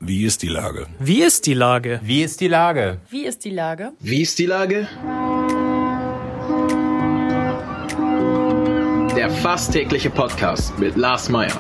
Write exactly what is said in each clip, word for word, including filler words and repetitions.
Wie ist die Lage? Wie ist die Lage? Wie ist die Lage? Wie ist die Lage? Wie ist die Lage? Der fast tägliche Podcast mit Lars Meyer.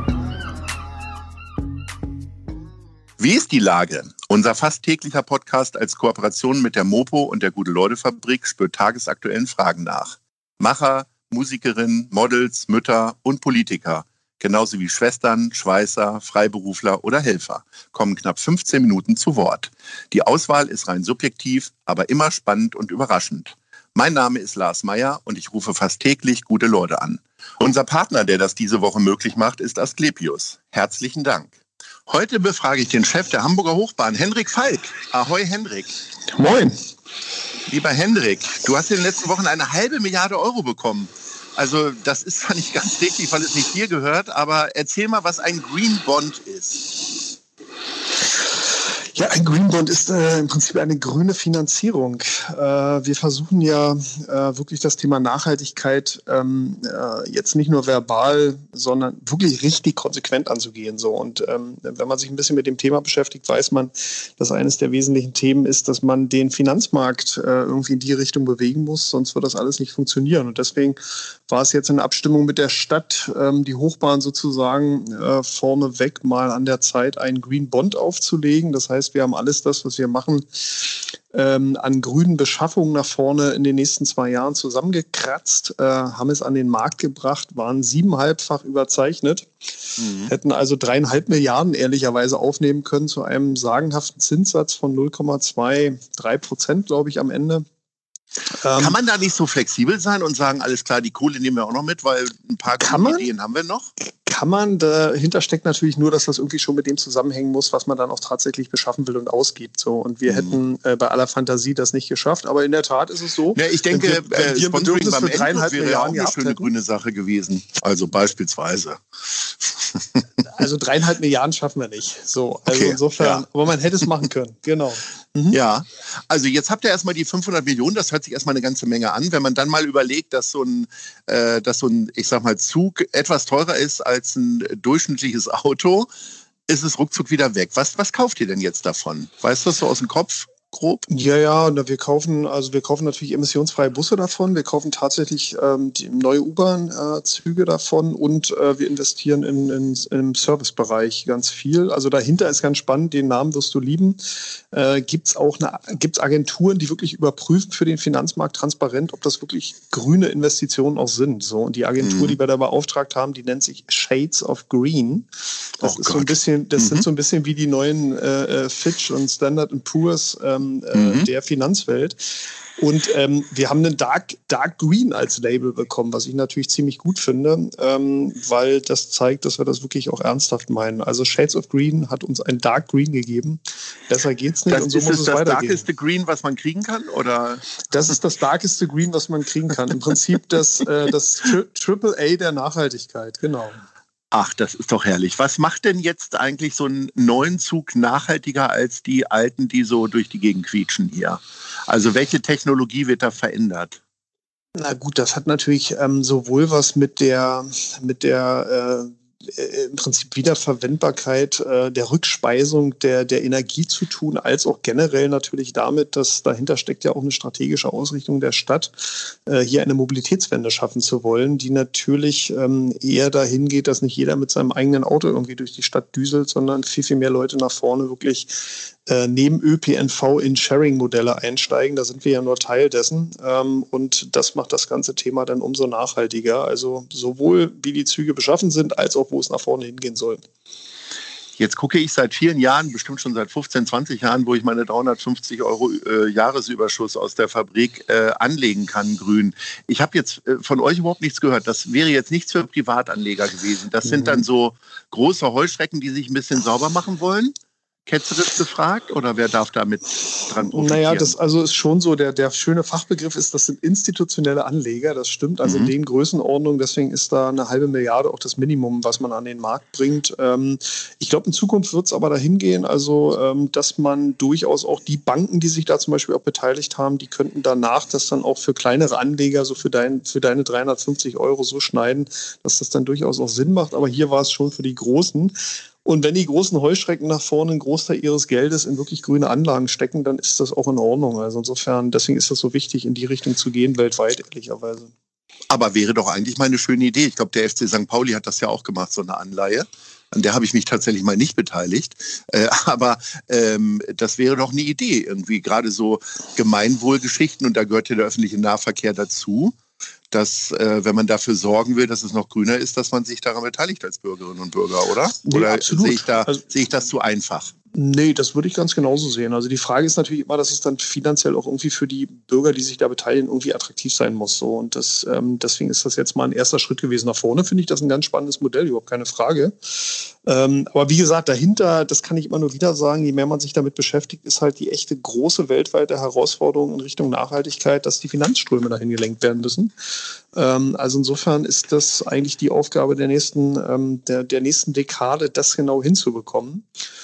Wie ist die Lage? Unser fast täglicher Podcast als Kooperation mit der Mopo und der Gute-Leute-Fabrik spürt tagesaktuellen Fragen nach. Macher, Musikerinnen, Models, Mütter und Politiker, genauso wie Schwestern, Schweißer, Freiberufler oder Helfer, kommen knapp fünfzehn Minuten zu Wort. Die Auswahl ist rein subjektiv, aber immer spannend und überraschend. Mein Name ist Lars Meyer und ich rufe fast täglich gute Leute an. Unser Partner, der das diese Woche möglich macht, ist Asklepios. Herzlichen Dank. Heute befrage ich den Chef der Hamburger Hochbahn, Henrik Falk. Ahoi, Henrik. Moin. Lieber Henrik, du hast in den letzten Wochen eine halbe Milliarde Euro bekommen. Also das ist zwar nicht ganz richtig, weil es nicht dir gehört, aber erzähl mal, was ein Green Bond ist. Ja, ein Green Bond ist äh, im Prinzip eine grüne Finanzierung. Äh, wir versuchen ja äh, wirklich das Thema Nachhaltigkeit ähm, äh, jetzt nicht nur verbal, sondern wirklich richtig konsequent anzugehen. So. Und ähm, wenn man sich ein bisschen mit dem Thema beschäftigt, weiß man, dass eines der wesentlichen Themen ist, dass man den Finanzmarkt äh, irgendwie in die Richtung bewegen muss, sonst wird das alles nicht funktionieren. Und deswegen war es jetzt in Abstimmung mit der Stadt, ähm, die Hochbahn sozusagen äh, vorneweg mal an der Zeit, einen Green Bond aufzulegen. Das heißt, wir haben alles das, was wir machen, ähm, an grünen Beschaffungen nach vorne in den nächsten zwei Jahren zusammengekratzt, äh, haben es an den Markt gebracht, waren siebeneinhalbfach überzeichnet, mhm. hätten also dreieinhalb Milliarden ehrlicherweise aufnehmen können zu einem sagenhaften Zinssatz von null Komma drei Prozent, glaube ich, am Ende. Kann man da nicht so flexibel sein und sagen, alles klar, die Kohle nehmen wir auch noch mit, weil ein paar Ideen haben wir noch? Kann man. Dahinter steckt natürlich nur, dass das irgendwie schon mit dem zusammenhängen muss, was man dann auch tatsächlich beschaffen will und ausgibt. So. Und wir mhm. hätten äh, bei aller Fantasie das nicht geschafft. Aber in der Tat ist es so. Ja, ich denke, wenn wir, wenn wir Sponsoring beim Endclub wäre ja auch eine schöne hätten. grüne Sache gewesen. Also beispielsweise. Also dreieinhalb Milliarden schaffen wir nicht. So, also okay, insofern, ja. aber man hätte es machen können. Genau. Mhm. Ja, also jetzt habt ihr erstmal die fünfhundert Millionen, das hört sich erstmal eine ganze Menge an. Wenn man dann mal überlegt, dass so ein, äh, dass so ein, ich sag mal, Zug etwas teurer ist als ein durchschnittliches Auto, ist es ruckzuck wieder weg. Was, was kauft ihr denn jetzt davon? Weißt du das so aus dem Kopf? Grob? Ja, ja, wir kaufen, also wir kaufen natürlich emissionsfreie Busse davon, wir kaufen tatsächlich ähm, die neue U-Bahn-Züge davon und äh, wir investieren in, in, im Servicebereich ganz viel. Also dahinter ist ganz spannend, den Namen wirst du lieben. Äh, gibt es auch eine, gibt's Agenturen, die wirklich überprüfen für den Finanzmarkt transparent, ob das wirklich grüne Investitionen auch sind. So, und die Agentur, mhm. die wir da beauftragt haben, die nennt sich Shades of Green. Das oh ist Gott. so ein bisschen, das mhm. sind so ein bisschen wie die neuen äh, Fitch und Standard and Poor's ähm, Mhm. der Finanzwelt. Und ähm, wir haben einen Dark, Dark Green als Label bekommen, was ich natürlich ziemlich gut finde, ähm, weil das zeigt, dass wir das wirklich auch ernsthaft meinen. Also Shades of Green hat uns ein Dark Green gegeben. Besser geht's nicht das und so ist muss es es das weitergehen. Darkeste Green, was man kriegen kann? Oder? Das ist das Darkeste Green, was man kriegen kann. Im Prinzip das, äh, das Triple A der Nachhaltigkeit, genau. Ach, das ist doch herrlich. Was macht denn jetzt eigentlich so einen neuen Zug nachhaltiger als die alten, die so durch die Gegend quietschen hier? Also welche Technologie wird da verändert? Na gut, das hat natürlich ähm, sowohl was mit der, mit der äh, im Prinzip Wiederverwendbarkeit äh, der Rückspeisung der, der Energie zu tun, als auch generell natürlich damit, dass dahinter steckt ja auch eine strategische Ausrichtung der Stadt, äh, hier eine Mobilitätswende schaffen zu wollen, die natürlich ähm, eher dahin geht, dass nicht jeder mit seinem eigenen Auto irgendwie durch die Stadt düselt, sondern viel, viel mehr Leute nach vorne wirklich äh, neben Ö P N V in Sharing-Modelle einsteigen. Da sind wir ja nur Teil dessen. Ähm, und das macht das ganze Thema dann umso nachhaltiger. Also sowohl wie die Züge beschaffen sind, als auch wo es nach vorne hingehen soll. Jetzt gucke ich seit vielen Jahren, bestimmt schon seit fünfzehn, zwanzig Jahren, wo ich meine dreihundertfünfzig Euro äh, Jahresüberschuss aus der Fabrik äh, anlegen kann, grün. Ich habe jetzt äh, von euch überhaupt nichts gehört. Das wäre jetzt nichts für Privatanleger gewesen. Das mhm. sind dann so große Heuschrecken, die sich ein bisschen sauber machen wollen? ketzerisch gefragt oder wer darf damit dran profitieren? Naja, das also ist schon so, der, der schöne Fachbegriff ist, das sind institutionelle Anleger, das stimmt, also mhm. in den Größenordnungen, deswegen ist da eine halbe Milliarde auch das Minimum, was man an den Markt bringt. Ähm, ich glaube, in Zukunft wird es aber dahin gehen, also ähm, dass man durchaus auch die Banken, die sich da zum Beispiel auch beteiligt haben, die könnten danach das dann auch für kleinere Anleger, so für, dein, für deine dreihundertfünfzig Euro so schneiden, dass das dann durchaus auch Sinn macht, aber hier war es schon für die Großen. Und wenn die großen Heuschrecken nach vorne einen Großteil ihres Geldes in wirklich grüne Anlagen stecken, dann ist das auch in Ordnung. Also insofern, deswegen ist das so wichtig, in die Richtung zu gehen, weltweit, ehrlicherweise. Aber wäre doch eigentlich mal eine schöne Idee. Ich glaube, der F C Sankt Pauli hat das ja auch gemacht, so eine Anleihe. An der habe ich mich tatsächlich mal nicht beteiligt. Äh, aber ähm, das wäre doch eine Idee. Irgendwie gerade so Gemeinwohlgeschichten, und da gehört ja der öffentliche Nahverkehr dazu, dass, äh, wenn man dafür sorgen will, dass es noch grüner ist, dass man sich daran beteiligt als Bürgerinnen und Bürger, oder? Nee, oder absolut. sehe ich, da, also, sehe ich das zu einfach? Nee, das würde ich ganz genauso sehen. Also die Frage ist natürlich immer, dass es dann finanziell auch irgendwie für die Bürger, die sich da beteiligen, irgendwie attraktiv sein muss. So. Und das, ähm, deswegen ist das jetzt mal ein erster Schritt gewesen. Nach vorne finde ich das ein ganz spannendes Modell, überhaupt keine Frage. Ähm, aber wie gesagt, dahinter, das kann ich immer nur wieder sagen, je mehr man sich damit beschäftigt, ist halt die echte große weltweite Herausforderung in Richtung Nachhaltigkeit, dass die Finanzströme dahin gelenkt werden müssen. Ähm, also insofern ist das eigentlich die Aufgabe der nächsten, ähm, der, der nächsten Dekade, das genau hinzubekommen.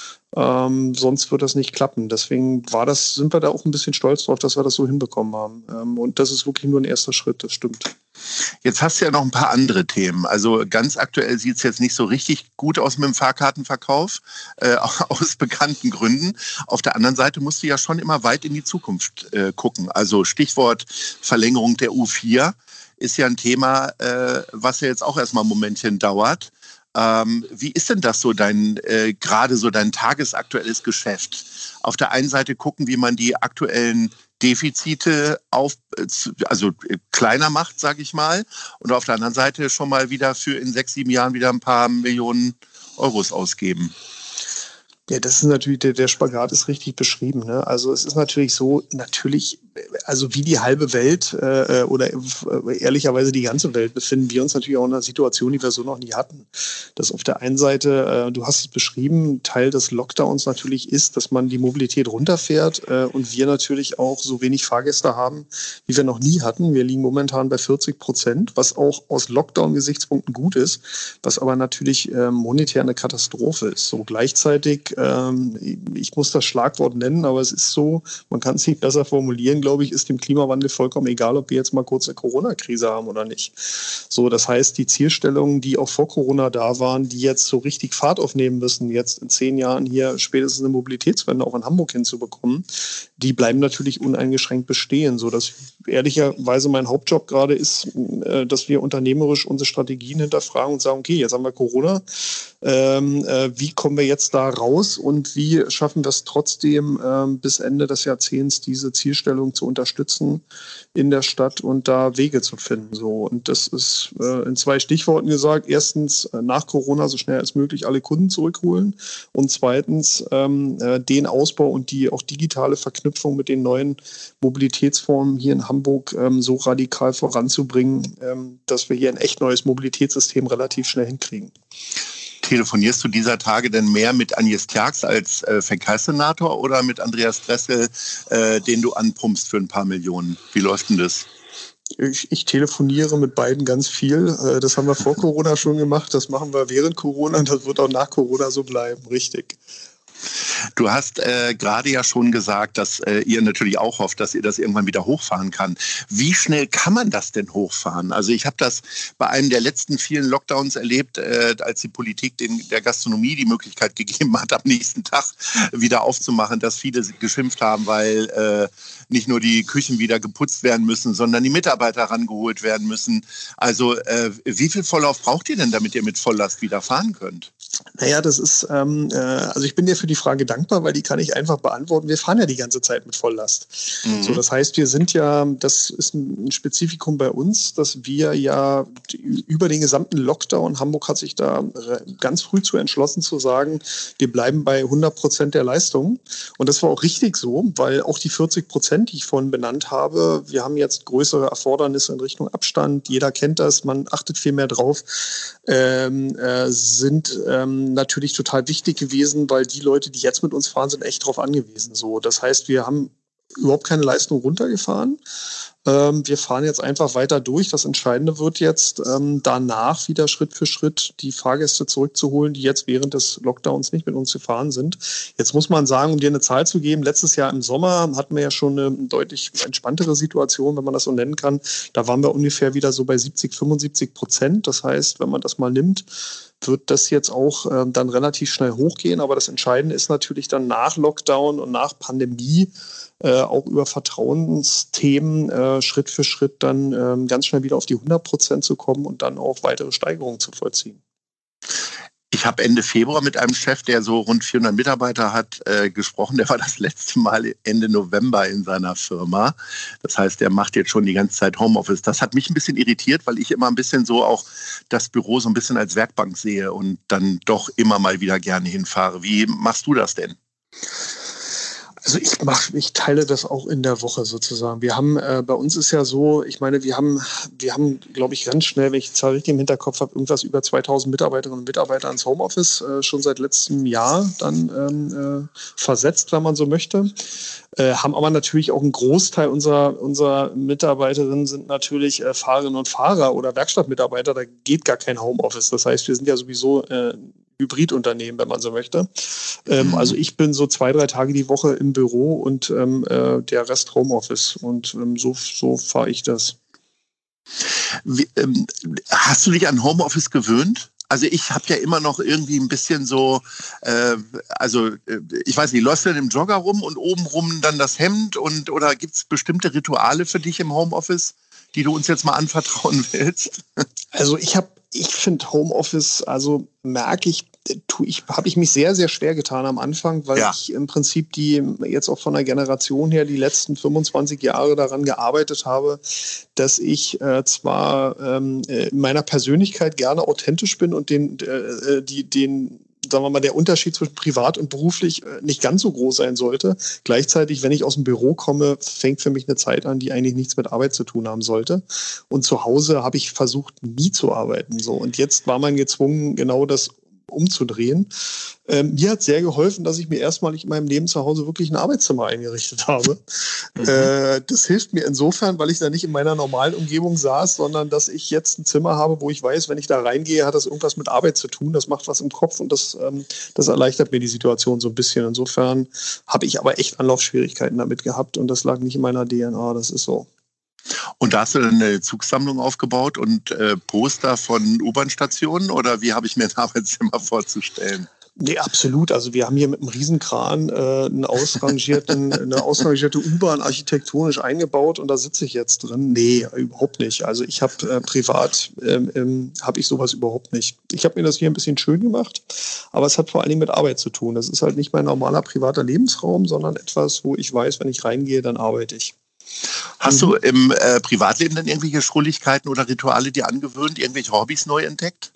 Ähm, sonst wird das nicht klappen. Deswegen war das, sind wir da auch ein bisschen stolz drauf, dass wir das so hinbekommen haben. Ähm, und das ist wirklich nur ein erster Schritt, das stimmt. Jetzt hast du ja noch ein paar andere Themen. Also ganz aktuell sieht es jetzt nicht so richtig gut aus mit dem Fahrkartenverkauf, äh, aus bekannten Gründen. Auf der anderen Seite musst du ja schon immer weit in die Zukunft äh, gucken. Also Stichwort Verlängerung der U vier ist ja ein Thema, äh, was ja jetzt auch erstmal ein Momentchen dauert. Ähm, wie ist denn das so dein, äh, gerade so dein tagesaktuelles Geschäft? Auf der einen Seite gucken, wie man die aktuellen Defizite auf, also äh, kleiner macht, sage ich mal, und auf der anderen Seite schon mal wieder für in sechs, sieben Jahren wieder ein paar Millionen Euros ausgeben. Ja, das ist natürlich, der, der Spagat ist richtig beschrieben. Ne? Also es ist natürlich so, natürlich, also wie die halbe Welt äh, oder äh, ehrlicherweise die ganze Welt befinden wir uns natürlich auch in einer Situation, die wir so noch nie hatten. Dass auf der einen Seite, äh, du hast es beschrieben, Teil des Lockdowns natürlich ist, dass man die Mobilität runterfährt äh, und wir natürlich auch so wenig Fahrgäste haben, wie wir noch nie hatten. Wir liegen momentan bei vierzig Prozent, was auch aus Lockdown-Gesichtspunkten gut ist, was aber natürlich äh, monetär eine Katastrophe ist. So gleichzeitig, ähm, ich muss das Schlagwort nennen, aber es ist so, man kann es nicht besser formulieren, glaube ich, ist dem Klimawandel vollkommen egal, ob wir jetzt mal kurz eine Corona-Krise haben oder nicht. So, das heißt, die Zielstellungen, die auch vor Corona da waren, die jetzt so richtig Fahrt aufnehmen müssen, jetzt in zehn Jahren hier spätestens eine Mobilitätswende auch in Hamburg hinzubekommen, die bleiben natürlich uneingeschränkt bestehen. So, dass ehrlicherweise mein Hauptjob gerade ist, dass wir unternehmerisch unsere Strategien hinterfragen und sagen, okay, jetzt haben wir Corona, ähm, äh, wie kommen wir jetzt da raus und wie schaffen wir es trotzdem ähm, bis Ende des Jahrzehnts diese Zielstellung zu unterstützen in der Stadt und da Wege zu finden. So, und das ist äh, in zwei Stichworten gesagt. Erstens, äh, nach Corona so schnell als möglich alle Kunden zurückholen und zweitens ähm, äh, den Ausbau und die auch digitale Verknüpfung mit den neuen Mobilitätsformen hier in Hamburg ähm, so radikal voranzubringen, ähm, dass wir hier ein echt neues Mobilitätssystem relativ schnell hinkriegen. Telefonierst du dieser Tage denn mehr mit Agnes Tjax als äh, Verkehrssenator oder mit Andreas Dressel, äh, den du anpumpst für ein paar Millionen? Wie läuft denn das? Ich, ich telefoniere mit beiden ganz viel. Äh, das haben wir vor Corona schon gemacht. Das machen wir während Corona und das wird auch nach Corona so bleiben. Richtig. Du hast äh, gerade ja schon gesagt, dass äh, ihr natürlich auch hofft, dass ihr das irgendwann wieder hochfahren kann. Wie schnell kann man das denn hochfahren? Also ich habe das bei einem der letzten vielen Lockdowns erlebt, äh, als die Politik den, der Gastronomie die Möglichkeit gegeben hat, am nächsten Tag wieder aufzumachen, dass viele geschimpft haben, weil äh, nicht nur die Küchen wieder geputzt werden müssen, sondern die Mitarbeiter rangeholt werden müssen. Also äh, wie viel Vorlauf braucht ihr denn, damit ihr mit Volllast wieder fahren könnt? Naja, das ist, ähm, äh, also ich bin dir für die Frage dankbar, weil die kann ich einfach beantworten. Wir fahren ja die ganze Zeit mit Volllast. Mhm. So, das heißt, wir sind ja, das ist ein Spezifikum bei uns, dass wir ja über den gesamten Lockdown, Hamburg hat sich da ganz früh zu entschlossen zu sagen, wir bleiben bei hundert Prozent der Leistung. Und das war auch richtig so, weil auch die vierzig Prozent, die ich vorhin benannt habe, wir haben jetzt größere Erfordernisse in Richtung Abstand. Jeder kennt das, man achtet viel mehr drauf, ähm, äh, sind ähm, natürlich total wichtig gewesen, weil die Leute, die jetzt mit uns fahren, sind echt drauf angewiesen. So, das heißt, wir haben überhaupt keine Leistung runtergefahren. Ähm, wir fahren jetzt einfach weiter durch. Das Entscheidende wird jetzt ähm, danach wieder Schritt für Schritt die Fahrgäste zurückzuholen, die jetzt während des Lockdowns nicht mit uns gefahren sind. Jetzt muss man sagen, um dir eine Zahl zu geben, letztes Jahr im Sommer hatten wir ja schon eine deutlich entspanntere Situation, wenn man das so nennen kann. Da waren wir ungefähr wieder so bei siebzig, fünfundsiebzig Prozent. Das heißt, wenn man das mal nimmt, wird das jetzt auch äh, dann relativ schnell hochgehen. Aber das Entscheidende ist natürlich dann nach Lockdown und nach Pandemie äh, auch über Vertrauensthemen äh, Schritt für Schritt dann äh, ganz schnell wieder auf die hundert Prozent zu kommen und dann auch weitere Steigerungen zu vollziehen. Ich habe Ende Februar mit einem Chef, der so rund vierhundert Mitarbeiter hat, äh, gesprochen. Der war das letzte Mal Ende November in seiner Firma. Das heißt, der macht jetzt schon die ganze Zeit Homeoffice. Das hat mich ein bisschen irritiert, weil ich immer ein bisschen so auch das Büro so ein bisschen als Werkbank sehe und dann doch immer mal wieder gerne hinfahre. Wie machst du das denn? Also ich mache, ich teile das auch in der Woche sozusagen. Wir haben, äh, bei uns ist ja so, ich meine, wir haben, wir haben, glaube ich, ganz schnell, wenn ich die Zahl richtig im Hinterkopf habe, irgendwas über zweitausend Mitarbeiterinnen und Mitarbeiter ins Homeoffice äh, schon seit letztem Jahr dann ähm, äh, versetzt, wenn man so möchte. Äh, haben aber natürlich auch einen Großteil unserer, unserer Mitarbeiterinnen sind natürlich äh, Fahrerinnen und Fahrer oder Werkstattmitarbeiter. Da geht gar kein Homeoffice. Das heißt, wir sind ja sowieso äh, Hybridunternehmen, wenn man so möchte. Ähm, also ich bin so zwei, drei Tage die Woche im Büro und ähm, äh, der Rest Homeoffice. Und ähm, so, so fahre ich das. Wie, ähm, hast du dich an Homeoffice gewöhnt? Also ich habe ja immer noch irgendwie ein bisschen so, äh, also äh, ich weiß nicht, läufst du denn im Jogger rum und obenrum dann das Hemd und oder gibt es bestimmte Rituale für dich im Homeoffice, die du uns jetzt mal anvertrauen willst? Also ich habe, ich finde Homeoffice, also merke ich, tue ich, habe ich mich sehr, sehr schwer getan am Anfang, weil ja. ich im Prinzip die jetzt auch von der Generation her die letzten fünfundzwanzig Jahre daran gearbeitet habe, dass ich äh, zwar ähm, in meiner Persönlichkeit gerne authentisch bin und den, äh, die, den sagen wir mal, der Unterschied zwischen privat und beruflich nicht ganz so groß sein sollte. Gleichzeitig, wenn ich aus dem Büro komme, fängt für mich eine Zeit an, die eigentlich nichts mit Arbeit zu tun haben sollte. Und zu Hause habe ich versucht, nie zu arbeiten. So. Und jetzt war man gezwungen, genau das umzudrehen. Ähm, mir hat sehr geholfen, dass ich mir erstmalig in meinem Leben zu Hause wirklich ein Arbeitszimmer eingerichtet habe. Mhm. Äh, das hilft mir insofern, weil ich da nicht in meiner normalen Umgebung saß, sondern dass ich jetzt ein Zimmer habe, wo ich weiß, wenn ich da reingehe, hat das irgendwas mit Arbeit zu tun. Das macht was im Kopf und das, ähm, das erleichtert mir die Situation so ein bisschen. Insofern habe ich aber echt Anlaufschwierigkeiten damit gehabt und das lag nicht in meiner D N A, das ist so. Und da hast du dann eine Zugsammlung aufgebaut und äh, Poster von U-Bahn-Stationen oder wie habe ich mir ein Arbeitszimmer vorzustellen? Nee, absolut. Also wir haben hier mit einem Riesenkran äh, einen ausrangierten, eine ausrangierte U-Bahn architektonisch eingebaut und da sitze ich jetzt drin. Nee, überhaupt nicht. Also ich habe äh, privat, ähm, ähm, habe ich sowas überhaupt nicht. Ich habe mir das hier ein bisschen schön gemacht, aber es hat vor allen Dingen mit Arbeit zu tun. Das ist halt nicht mein normaler privater Lebensraum, sondern etwas, wo ich weiß, wenn ich reingehe, dann arbeite ich. Hast du im äh, Privatleben dann irgendwelche Schrulligkeiten oder Rituale dir angewöhnt, irgendwelche Hobbys neu entdeckt?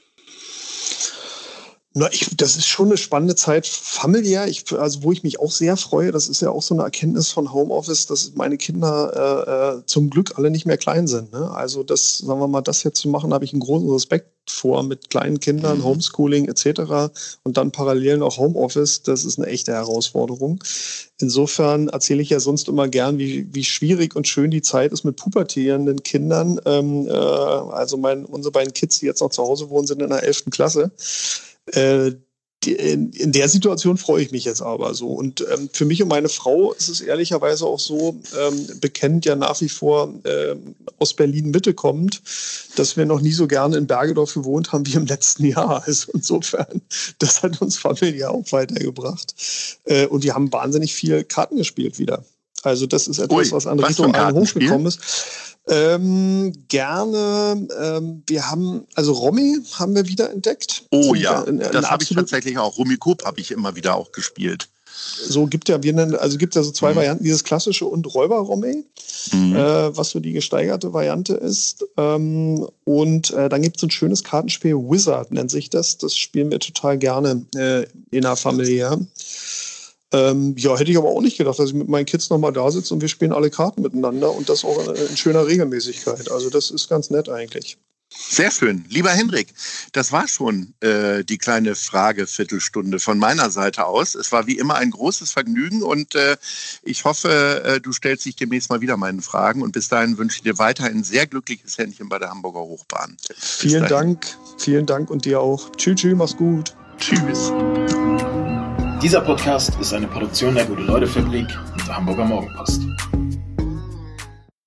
Na, ich, das ist schon eine spannende Zeit familiär, ich, also wo ich mich auch sehr freue. Das ist ja auch so eine Erkenntnis von Homeoffice, dass meine Kinder äh, zum Glück alle nicht mehr klein sind. Ne? Also das, sagen wir mal, das jetzt zu machen, habe ich einen großen Respekt vor mit kleinen Kindern, mhm. Homeschooling et cetera und dann parallel noch Homeoffice. Das ist eine echte Herausforderung. Insofern erzähle ich ja sonst immer gern, wie, wie schwierig und schön die Zeit ist mit pubertierenden Kindern. Ähm, äh, also mein, unsere beiden Kids, die jetzt noch zu Hause wohnen, sind in der elften Klasse. Äh, die, in, in der Situation freue ich mich jetzt aber so. Und ähm, für mich und meine Frau ist es ehrlicherweise auch so, ähm, bekennt ja nach wie vor äh, aus Berlin-Mitte kommend, dass wir noch nie so gerne in Bergedorf gewohnt haben wie im letzten Jahr. Also insofern, das hat uns familiär auch weitergebracht. Äh, und wir haben wahnsinnig viel Karten gespielt wieder. Also das ist etwas, Ui, was an Ritualen hochgekommen ist. Ähm, gerne. Ähm, wir haben, also Romy haben wir wieder entdeckt. Oh ja, ein, ein das habe ich tatsächlich auch. Rummikub habe ich immer wieder auch gespielt. So gibt ja, wir nennen, also gibt ja so zwei mhm. Varianten, dieses klassische und Räuber-Romy, mhm. äh, was so die gesteigerte Variante ist. Ähm, und äh, dann gibt es ein schönes Kartenspiel, Wizard nennt sich das. Das spielen wir total gerne äh, in der Familie. Ähm, ja, hätte ich aber auch nicht gedacht, dass ich mit meinen Kids nochmal da sitze und wir spielen alle Karten miteinander und das auch in schöner Regelmäßigkeit. Also das ist ganz nett eigentlich. Sehr schön. Lieber Hendrik, das war schon äh, die kleine Frage-Viertelstunde von meiner Seite aus. Es war wie immer ein großes Vergnügen und äh, ich hoffe, äh, du stellst dich demnächst mal wieder meinen Fragen und bis dahin wünsche ich dir weiterhin ein sehr glückliches Händchen bei der Hamburger Hochbahn. Vielen Dank, vielen Dank und dir auch. Tschüss, tschüss, mach's gut. Tschüss. Dieser Podcast ist eine Produktion der Gute-Leute-Fabrik und der Hamburger Morgenpost.